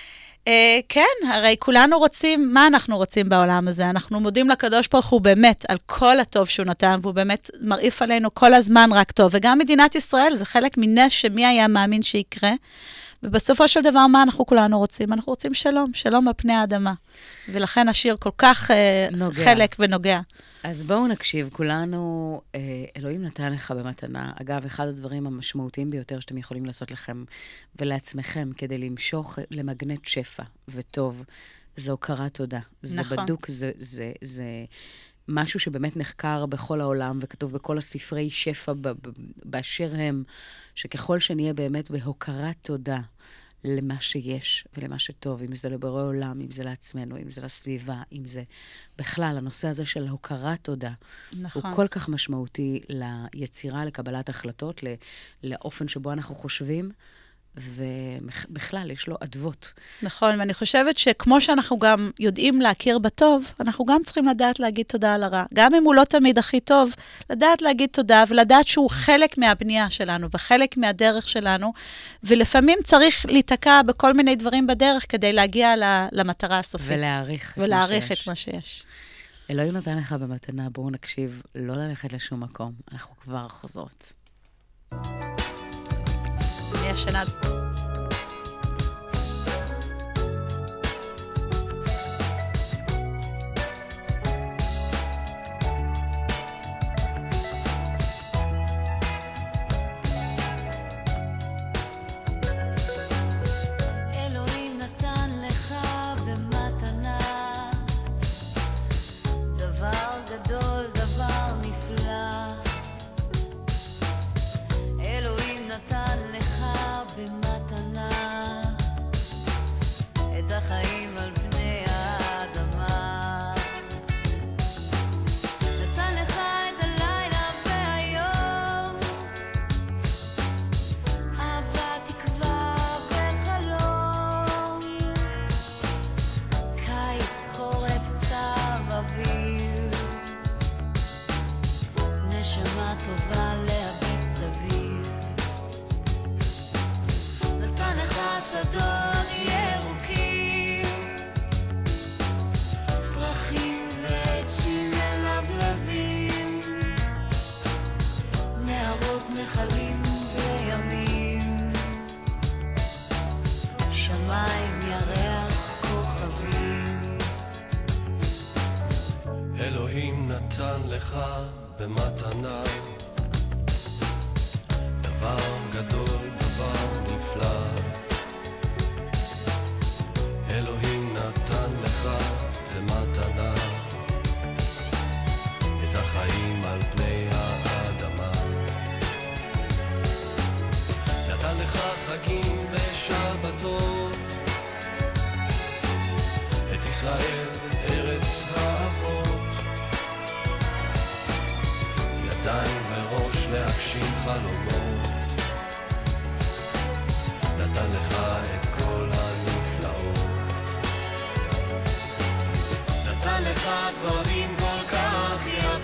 כן, הרי כולנו רוצים, מה אנחנו רוצים בעולם הזה? אנחנו מודים לקדוש ברוך הוא באמת על כל הטוב שהוא נתן, והוא באמת מרעיף עלינו כל הזמן רק טוב, וגם מדינת ישראל זה חלק מנס שמי היה מאמין שיקרה, ובסופו של דבר מה אנחנו כולנו רוצים? אנחנו רוצים שלום, שלום על פני האדמה, ולכן השיר כל כך חלק ונוגע. אז בואו נקשיב, כולנו, אלוהים נתן לך במתנה. אגב, אחד הדברים המשמעותיים ביותר שאתם יכולים לעשות לכם ולעצמכם, כדי למשוך למגנט שפע וטוב, זו הוקרת תודה. נכון. זה בדוק, זה משהו שבאמת נחקר בכל העולם, וכתוב בכל הספרי שפע באשר הם, שככל שנהיה באמת בהוקרת תודה, למה שיש ולמה שטוב, אם זה לבורא עולם, אם זה לעצמנו, אם זה לסביבה, אם זה בכלל, הנושא הזה של הוקרת תודה, נכון. הוא כל כך משמעותי ליצירה, לקבלת החלטות, לאופן שבו אנחנו חושבים, ובכלל יש לו עדבות. נכון, ואני חושבת שכמו שאנחנו גם יודעים להכיר בטוב, אנחנו גם צריכים לדעת להגיד תודה על הרע. גם אם הוא לא תמיד הכי טוב, לדעת להגיד תודה, ולדעת שהוא חלק מהבנייה שלנו, וחלק מהדרך שלנו, ולפעמים צריך להתקע בכל מיני דברים בדרך, כדי להגיע למטרה הסופית. ולהעריך את מה שיש. אלוהים נתן לך במתנה, בואו נקשיב, לא ללכת לשום מקום. אנחנו כבר חוזרות. השנה. אלוהים נתן לך במתנה דבר גדול, דבר נפלא. אלוהים נתן לך במתנה את החיים על פני האדמה. נתן לך את הלילה והיום, אהבה, תקווה וחלום, קיץ, חורף, סתיו, אביב, נשמה טובה להביט סביב. נתן לך שדות ירוקים, פרחים ועצים מלבלבים, נהרות, נחלים וימים, שמיים, ירח, כוכבים. אלוהים נתן לך במתנה דבר גדול, דבר נפלא. אלוהים נתן לך במתנה ידיים וראש להגשים חלומות, נתן לך את כל הנפלאות, נתן לך דברים כל כך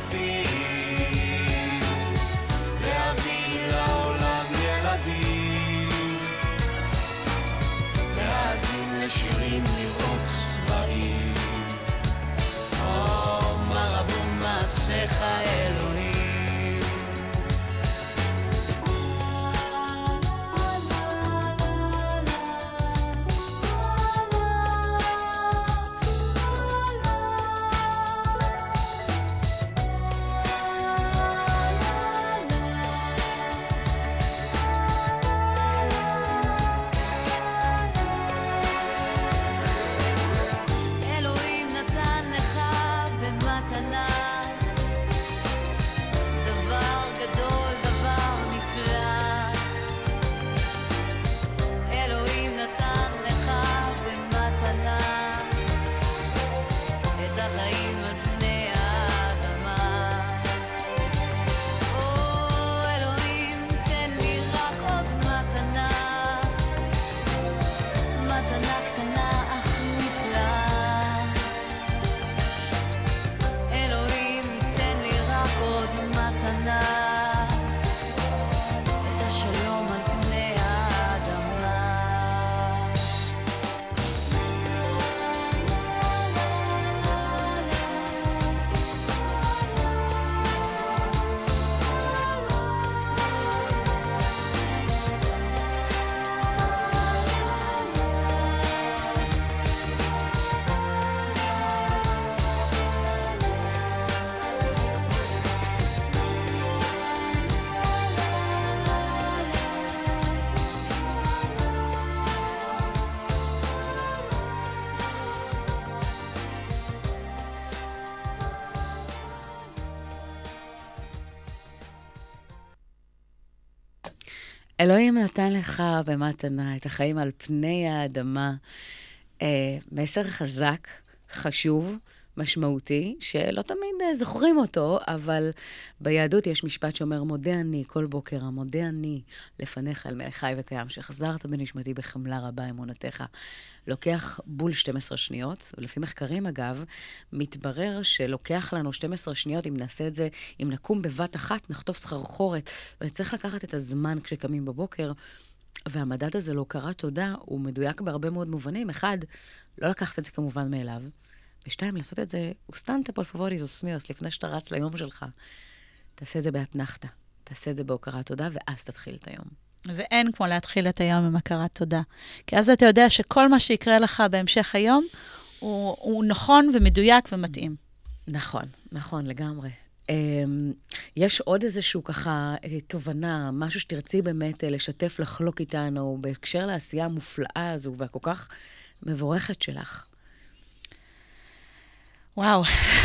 יפים, להביא לעולם ילדים, להאזין לשירים, לראות צבעים, מה רבו מעשיך אלוהים. אלוהים נתן לך במתנה את החיים על פני האדמה. מסר חזק, חשוב, משמעותי, שלא תמיד זוכרים אותו, אבל ביהדות יש משפט שאומר, מודה אני כל בוקר, המודה אני לפניך אל מלך חי וקיים, שחזרת בנשמתי בחמלה רבה אמונתך. לוקח בול 12 שניות, ולפי מחקרים אגב, מתברר שלוקח לנו 12 שניות, אם נעשה את זה, אם נקום בבת אחת, נחטוף סחרחורת, וצריך לקחת את הזמן כשקמים בבוקר, והמדד הזה להוקרת תודה, הוא מדויק בהרבה מאוד מובנים. אחד, לא לקחת את זה כמובן מאליו, ושתיים, לעשות את זה, אוסטנטה פול פבוריזוס מיוס, לפני שאתה רץ ליום שלך. תעשה את זה באתנחתא, תעשה את זה בהוקרת תודה, ואז תתחיל את היום. ואין כמו להתחיל את היום עם הכרת תודה. כי אז אתה יודע שכל מה שיקרה לך בהמשך היום, הוא נכון ומדויק ומתאים. נכון, נכון, לגמרי. יש עוד איזשהו ככה תובנה, משהו שתרצי באמת לשתף, לחלוק איתנו, בהקשר לעשייה המופלאה הזו, והכל כך מבורכת שלך. וואו.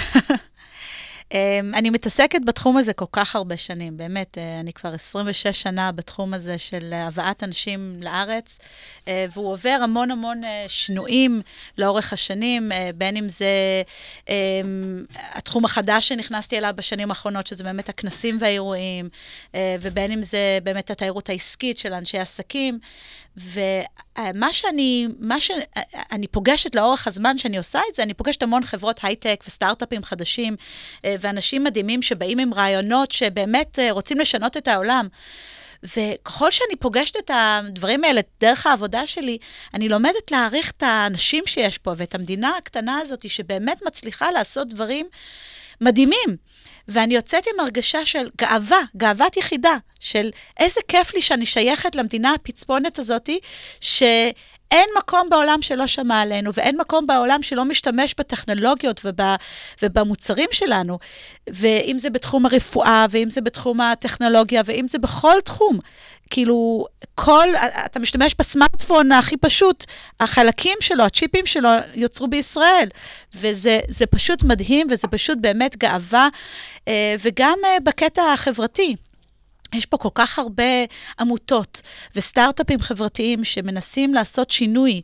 אני מתעסקת בתחום הזה כל כך הרבה שנים, באמת, אני כבר 26 שנה בתחום הזה של הבאת אנשים לארץ, והוא עובר המון המון שנועים לאורך השנים, בין אם זה התחום החדש שנכנסתי אליו בשנים האחרונות, שזה באמת הכנסים והאירועים, ובין אם זה באמת התיירות העסקית של אנשי עסקים, ומה שאני פוגשת לאורך הזמן שאני עושה את זה, אני פוגשת המון חברות הייטק וסטארט-אפים חדשים, ואנשים מדהימים שבאים עם רעיונות שבאמת רוצים לשנות את העולם. וככל שאני פוגשת את הדברים האלה דרך העבודה שלי, אני לומדת להעריך את האנשים שיש פה, ואת המדינה הקטנה הזאת שבאמת מצליחה לעשות דברים מדהימים. ואני יוצאת עם הרגשה של גאווה, גאוות יחידה, של איזה כיף לי שאני שייכת למדינה הפצפונת הזאת, שאין מקום בעולם שלא שמע עלינו, ואין מקום בעולם שלא משתמש בטכנולוגיות ובמוצרים שלנו, ואם זה בתחום הרפואה, ואם זה בתחום הטכנולוגיה, ואם זה בכל תחום. כאילו, אתה משתמש בסמארטפון הכי פשוט, החלקים שלו, הצ'יפים שלו יוצרו בישראל, וזה פשוט מדהים, וזה פשוט באמת גאווה, וגם בקטע החברתי. יש פה כל כך הרבה עמותות וסטארט-אפים חברתיים שמנסים לעשות שינוי,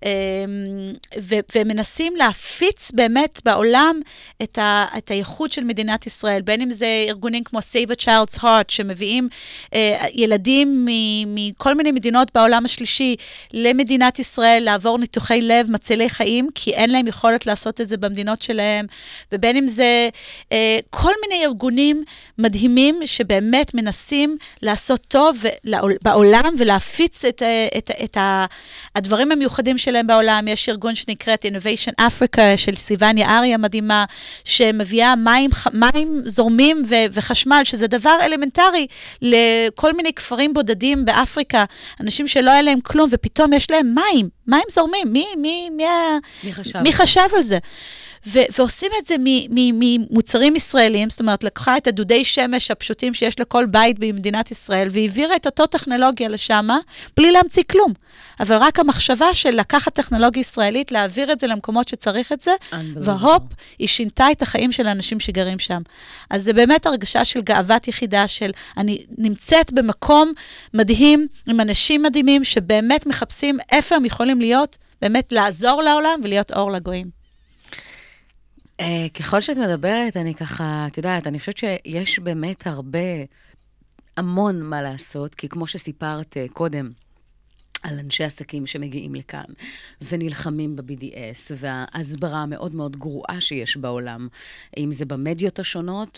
ומנסים להפיץ באמת בעולם את הייחוד של מדינת ישראל, בין אם זה ארגונים כמו Save a Child's Heart, שמביאים ילדים מכל מיני מדינות בעולם השלישי למדינת ישראל, לעבור ניתוחי לב מצילי חיים, כי אין להם יכולת לעשות את זה במדינות שלהם, ובין אם זה כל מיני ארגונים מדהימים שבאמת מנסים לעשות טוב בעולם ולהפיץ את הדברים המיוחדים שלהם בעולם. יש ארגון שנקראת Innovation Africa של סיוון יערי המדהימה, שמביאה מים זורמים וחשמל, שזה דבר אלמנטרי לכל מיני כפרים בודדים באפריקה, אנשים שלא היה להם כלום, ופתאום יש להם מים זורמים. מי חשב על זה? ועושים את זה ממוצרים ישראלים, זאת אומרת, לקחה את הדודי שמש הפשוטים שיש לכל בית במדינת ישראל, והעבירה את אותו טכנולוגיה לשם, בלי להמציא כלום. אבל רק המחשבה של לקחת טכנולוגיה ישראלית, להעביר את זה למקומות שצריך את זה, והופ, היא שינתה את החיים של האנשים שגרים שם. אז זה באמת הרגשה של גאוות יחידה, של אני נמצאת במקום מדהים, עם אנשים מדהימים, שבאמת מחפשים איפה הם יכולים להיות, באמת לעזור לעולם ולהיות אור לגויים. ככל שאת מדברת, אני ככה, את יודעת, אני חושבת שיש באמת המון מה לעשות, כי כמו שסיפרת קודם, על אנשי עסקים שמגיעים לכאן, ונלחמים ב-BDS, וההסברה המאוד מאוד גרועה שיש בעולם, אם זה במדיות השונות,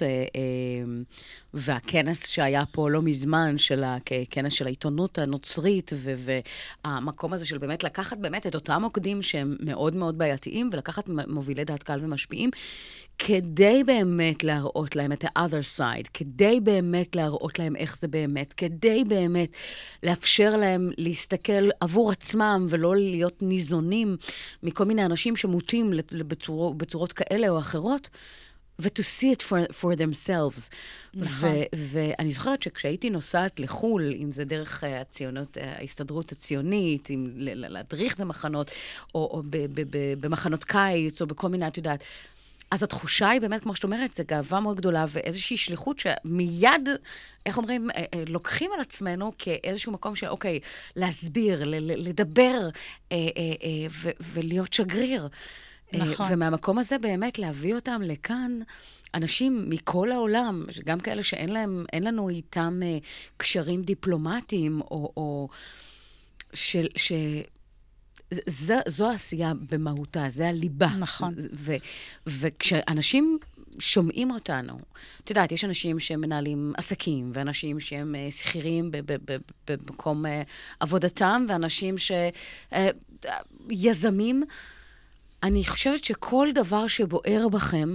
והכנס שהיה פה לא מזמן, כנס של העיתונות הנוצרית, והמקום הזה של באמת לקחת באמת את אותם מוקדים שהם מאוד מאוד בעייתיים, ולקחת מובילי דעת קהל ומשפיעים, כדי באמת להראות להם את ה-other side, כדי באמת להראות להם איך זה באמת, כדי באמת לאפשר להם להסתכל עבור עצמם, ולא להיות ניזונים מכל מיני אנשים שמוטים בצורות כאלה או אחרות, ו-to see it for themselves. ואני זוכרת שכשהייתי נוסעת לחול, אם זה דרך ההסתדרות הציונית, אם להדריך במחנות, או במחנות קיץ, או בכל מיני, את יודעת, אז התחושה היא באמת, כמו שאת אומרת, זה גאווה מאוד גדולה, ואיזושהי שליחות שמיד, איך אומרים, לוקחים על עצמנו כאיזשהו מקום של, אוקיי, להסביר, לדבר, ולהיות שגריר. נכון. ומהמקום הזה באמת להביא אותם לכאן, אנשים מכל העולם, גם כאלה שאין לנו איתם קשרים דיפלומטיים, או זו העשייה במהותה, זה הליבה. נכון. וכשאנשים שומעים אותנו, את יודעת, יש אנשים שמנהלים עסקים, ואנשים שהם שכירים במקום עבודתם, ואנשים שיזמים. אני חושבת שכל דבר שבוער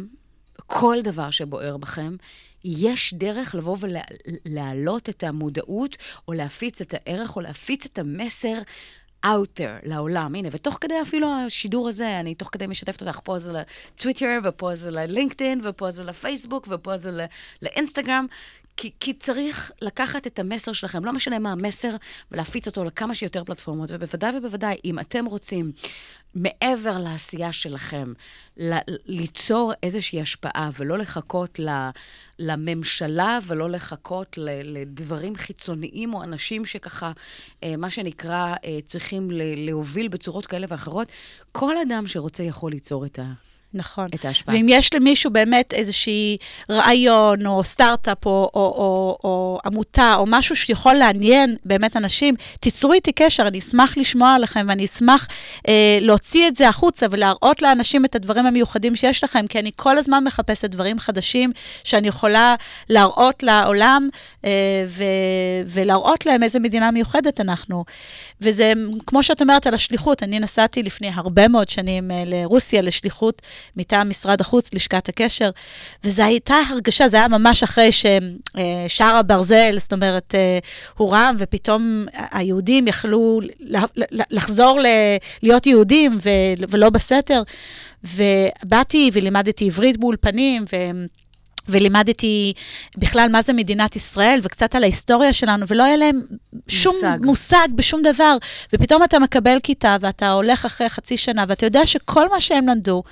בכם, יש דרך לבוא ולהעלות את המודעות, או להפיץ את הערך, או להפיץ את המסר out there, לעולם. הנה, ותוך כדי אפילו השידור הזה, אני תוך כדי משתפת אותך, פה זה לטוויטר, ופה זה ללינקדאין, ופה זה לפייסבוק, ופה זה לאינסטגרם, כי צריך לקחת את המסר שלכם, לא משנה מה המסר, ולהפיץ אותו לכמה שיותר פלטפורמות, ובוודאי, אם אתם רוצים, מעבר לעשייה שלכם, ליצור איזושהי השפעה, ולא לחכות לממשלה, ולא לחכות לדברים חיצוניים, או אנשים שככה, מה שנקרא, צריכים להוביל בצורות כאלה ואחרות, כל אדם שרוצה יכול ליצור נכון. את ההשפעה. ואם יש למישהו באמת איזושהי רעיון, או סטארט-אפ, או עמותה, או משהו שיכול לעניין באמת אנשים, תיצרו איתי קשר, אני אשמח לשמוע עליכם, ואני אשמח להוציא את זה החוצה, ולהראות לאנשים את הדברים המיוחדים שיש לכם, כי אני כל הזמן מחפשת דברים חדשים, שאני יכולה להראות לעולם, ולהראות להם איזה מדינה מיוחדת אנחנו. וזה, כמו שאת אומרת על השליחות, אני נסעתי לפני הרבה מאוד שנים לרוסיה לשליחות, מטעם משרד החוץ, לשכת הקשר, וזו הייתה הרגשה, זה היה ממש אחרי ששער הברזל, זאת אומרת, הורם, ופתאום היהודים יכלו לחזור להיות יהודים, ולא בסתר, ובאתי ולימדתי עברית באולפנים, ולימדתי בכלל מה זה מדינת ישראל, וקצת על ההיסטוריה שלנו, ולא היה להם שום מושג בשום דבר, ופתאום אתה מקבל כיתה, ואתה הולך אחרי חצי שנה, ואתה יודע שכל מה שהם למדו,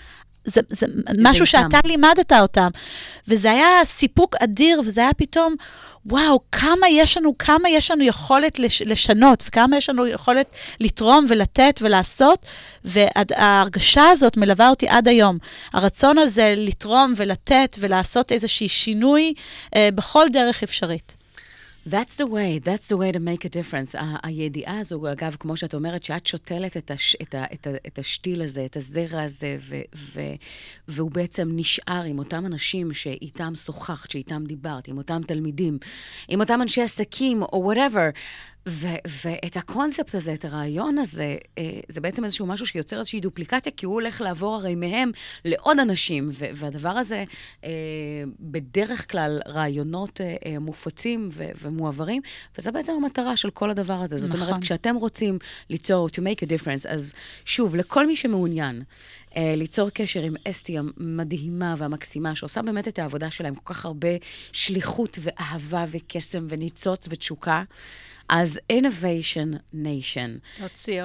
זה משהו שאתה לימדת אותם. וזה היה סיפוק אדיר, וזה היה פתאום, וואו, כמה יש לנו יכולת לשנות, וכמה יש לנו יכולת לתרום ולתת ולעשות, וההרגשה הזאת מלווה אותי עד היום. הרצון הזה לתרום ולתת ולעשות איזושהי שינוי בכל דרך אפשרית. That's the way to make a difference. הידיעה הזו, אגב, כמו שאת אומרת, שאת שותלת את השתיל הזה, את הזרע הזה, והוא בעצם נשאר עם אותם אנשים שאיתם שוחחת, שאיתם דיברת, עם אותם תלמידים, עם אותם אנשי עסקים, או whatever. ואת הקונספט הזה, את הרעיון הזה, זה בעצם איזשהו משהו שיוצר איזושהי דופליקציה, כי הוא הולך לעבור הרי מהם לעוד אנשים, והדבר הזה, בדרך כלל רעיונות מופצים ומועברים, וזה בעצם המטרה של כל הדבר הזה. זאת אומרת, כשאתם רוצים ליצור, to make a difference, אז שוב, לכל מי שמעוניין, ליצור קשר עם אסתי המדהימה והמקסימה, שעושה באמת את העבודה שלהם, כל כך הרבה שליחות ואהבה וקסם וניצוץ ותשוקה, אז Innovation Nation.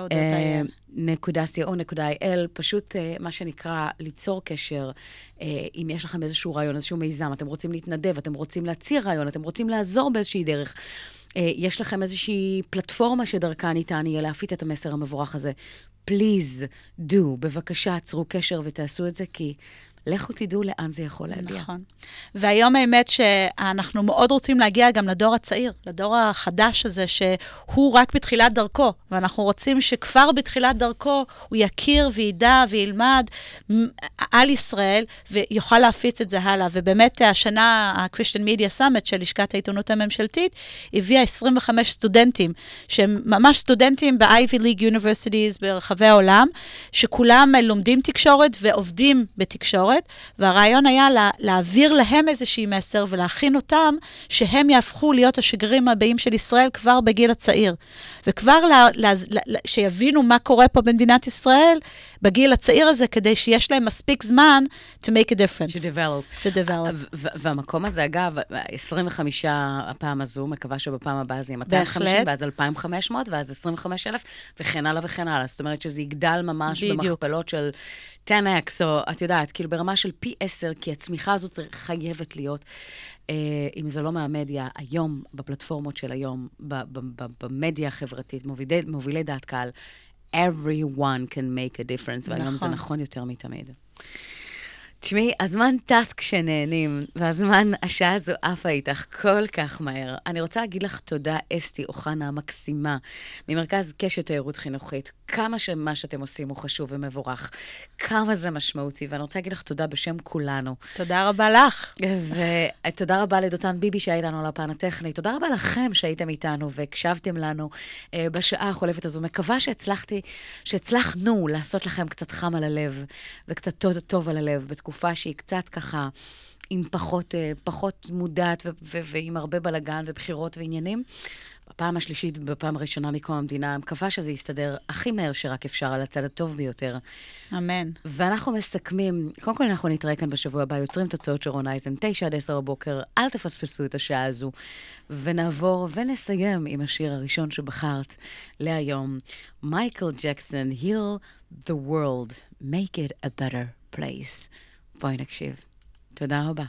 .co.il, פשוט מה שנקרא ליצור קשר, אם יש לכם איזשהו רעיון, איזשהו מיזם, אתם רוצים להתנדב, אתם רוצים להציע רעיון, אתם רוצים לעזור באיזושהי דרך, יש לכם איזושהי פלטפורמה שדרכה ניתן יהיה להפיץ את המסר המבורך הזה. Please do, בבקשה, עצרו קשר ותעשו את זה, כי לכו תדעו לאן זה יכול להגיע. נכון. והיום האמת שאנחנו מאוד רוצים להגיע גם לדור הצעיר, לדור החדש הזה, שהוא רק בתחילת דרכו, ואנחנו רוצים שכבר בתחילת דרכו הוא יכיר וידע וילמד על ישראל, ויוכל להפיץ את זה הלאה. ובאמת השנה, ה-Christian Media Summit של לשכת העיתונות הממשלתית, הביאה 25 סטודנטים, שהם ממש סטודנטים ב-Ivy League Universities ברחבי העולם, שכולם לומדים תקשורת ועובדים בתקשורת, והרעיון היה להעביר להם איזושהי מסר ולהכין אותם שהם יהפכו להיות השגרירים הבאים של ישראל כבר בגיל הצעיר. וכבר שיבינו מה קורה פה במדינת ישראל בגיל הצעיר הזה, כדי שיש להם מספיק זמן to make a difference. To develop. והמקום הזה, אגב, 25 הפעם הזו, מקווה שבפעם הבאה זה יהיה 250, ואז 2,500, ואז 25,000, וכן הלאה וכן הלאה. זאת אומרת שזה יגדל ממש במכפלות של 10x, או את יודעת, כאילו ברמה של פי 10, כי הצמיחה הזאת חייבת להיות, אם זה לא מהמדיה, היום, בפלטפורמות של היום, במדיה החברתית, מובילי דעת קהל, everyone can make a difference, והיום זה נכון יותר מתמיד. תשמעי, הזמן טס כשנהנים, והזמן, השעה הזו עפה איתך כל כך מהר. אני רוצה להגיד לך תודה, אסתי אוחנה המקסימה, ממרכז קשת תיירות חינוכית. כמה שמה שאתם עושים הוא חשוב ומבורך. כמה זה משמעותי, ואני רוצה להגיד לך תודה בשם כולנו. תודה רבה לך. ותודה רבה לדותן ביבי שהיה איתנו על הפן הטכני. תודה רבה לכם שהייתם איתנו והקשבתם לנו בשעה החולפת הזו. מקווה שהצלחנו לעשות לכם קצת חם על הלב, וקצת טוב על הלב, בתקופה שהיא קצת ככה, עם פחות מודעת ועם הרבה בלגן ובחירות ועניינים. בפעם השלישית, בפעם הראשונה מקום המדינה, מקווה שזה יסתדר הכי מהר שרק אפשר על הצד הטוב ביותר. אמן. ואנחנו מסכמים, קודם כל אנחנו נתראה כאן בשבוע הבא, יוצרים תוצאות של רון אייזן, 9 עד 10 בבוקר, אל תפספסו את השעה הזו, ונעבור ונסיים עם השיר הראשון שבחרת להיום, מייקל ג'קסון, Heal the World, Make it a better place. בואי נקשיב. תודה רבה.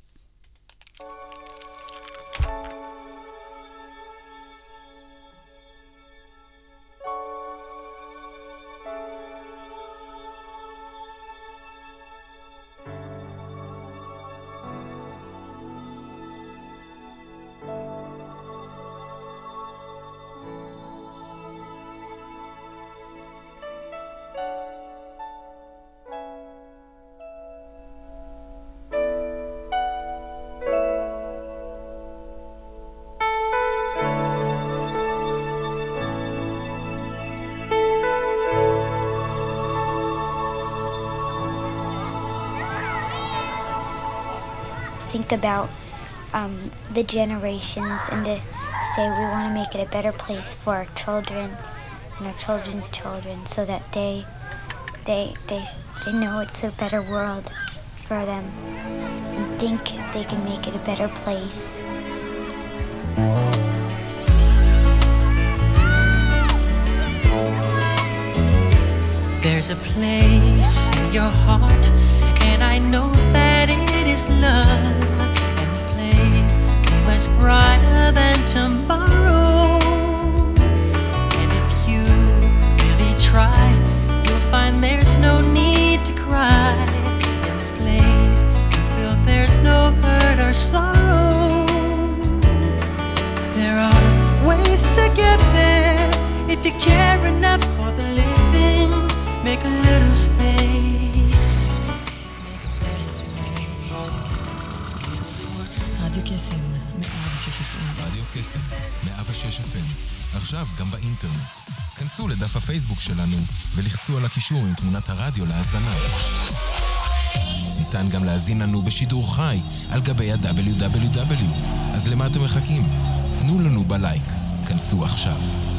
Think about the generations and to say we want to make it a better place for our children and our children's children so that they know it's a better world for them and think if they can make it a better place. There's a place in your heart I know that it is love, and this place is much brighter than tomorrow. And if you really try, you'll find there's no need to cry. In this place, you feel there's no hurt or sorrow. There are ways to get there if you care enough for the living. Make a little space. רדיו קסם, 106 FM. רדיו קסם, 106 FM. עכשיו גם באינטרנט. כנסו לדף הפייסבוק שלנו ולחצו על הקישור עם תמונת הרדיו להאזנה. ניתן גם להזין לנו בשידור חי על גבי ה-www. אז למה אתם מחכים? תנו לנו בלייק. כנסו עכשיו.